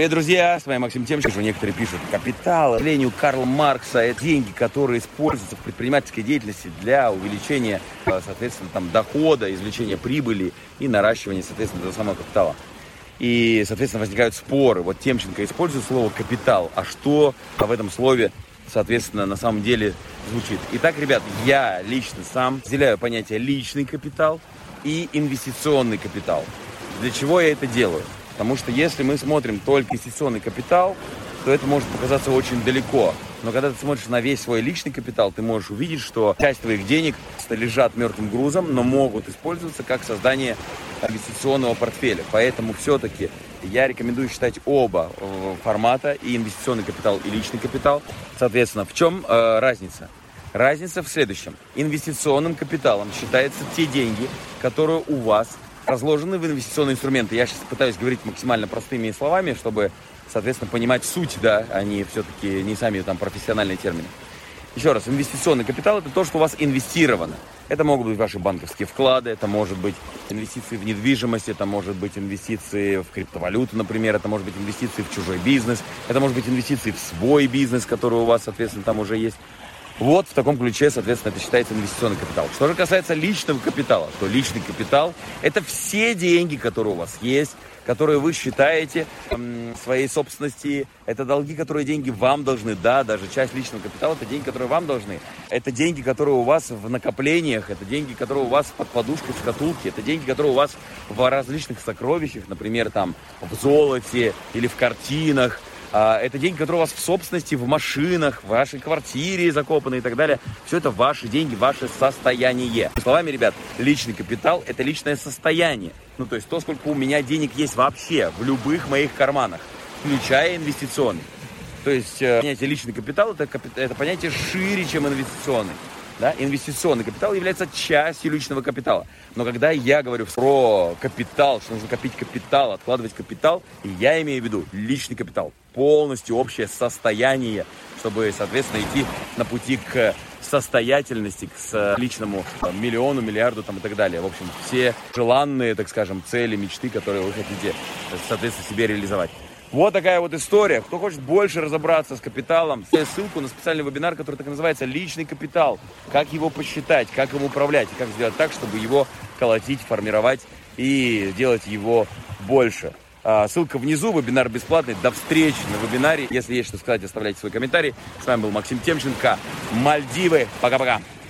Привет, друзья! С вами Максим Темченко. Некоторые пишут: капитал. К сожалению, Карла Маркса — это деньги, которые используются в предпринимательской деятельности для увеличения, соответственно, дохода, извлечения прибыли и наращивания, соответственно, этого самого капитала. И, соответственно, возникают споры. Вот Темченко использует слово «капитал». А что в этом слове, соответственно, на самом деле звучит? Итак, ребят, я лично сам разделяю понятие «личный капитал» и «инвестиционный капитал». Для чего я это делаю? Потому что если мы смотрим только инвестиционный капитал, то это может показаться очень далеко. Но когда ты смотришь на весь свой личный капитал, ты можешь увидеть, что часть твоих денег лежат мертвым грузом, но могут использоваться как создание инвестиционного портфеля. Поэтому все-таки я рекомендую считать оба формата, и инвестиционный капитал, и личный капитал. Соответственно, в чем разница? Разница в следующем. Инвестиционным капиталом считаются те деньги, которые у вас разложены в инвестиционные инструменты. Я сейчас пытаюсь говорить максимально простыми словами, чтобы, соответственно, понимать суть, да, а не все-таки не сами профессиональные термины. Еще раз, инвестиционный капитал — это то, что у вас инвестировано. Это могут быть ваши банковские вклады, это может быть инвестиции в недвижимость, это может быть инвестиции в криптовалюту, например, это может быть инвестиции в чужой бизнес, это может быть инвестиции в свой бизнес, который у вас, соответственно, там уже есть. Вот в таком ключе, соответственно, это считается инвестиционный капитал. Что же касается личного капитала, то личный капитал — это все деньги, которые у вас есть, которые вы считаете своей собственности. Это долги, которые деньги вам должны. Да, даже часть личного капитала — это деньги, которые вам должны. Это деньги, которые у вас в накоплениях, это деньги, которые у вас под подушкой в шкатулке, это деньги, которые у вас в различных сокровищах, например, в золоте или в картинах. Это деньги, которые у вас в собственности, в машинах, в вашей квартире закопаны и так далее. Все это ваши деньги, ваше состояние. Словами, ребят, личный капитал — это личное состояние. То есть то, сколько у меня денег есть вообще в любых моих карманах, включая инвестиционный. То есть понятие личный капитал — это понятие шире, чем инвестиционный. Да? Инвестиционный капитал является частью личного капитала. Но когда я говорю про капитал, что нужно копить капитал, откладывать капитал, я имею в виду личный капитал, полностью общее состояние, чтобы, соответственно, идти на пути к состоятельности, к личному миллиону, миллиарду и так далее. В общем, все желанные, так скажем, цели, мечты, которые вы хотите, соответственно, себе реализовать. Вот такая вот история. Кто хочет больше разобраться с капиталом, ссылку на специальный вебинар, который так и называется «Личный капитал». Как его посчитать, как им управлять, и как сделать так, чтобы его колотить, формировать и делать его больше. Ссылка внизу, вебинар бесплатный. До встречи на вебинаре. Если есть что сказать, оставляйте свой комментарий. С вами был Максим Темченко. Мальдивы. Пока-пока.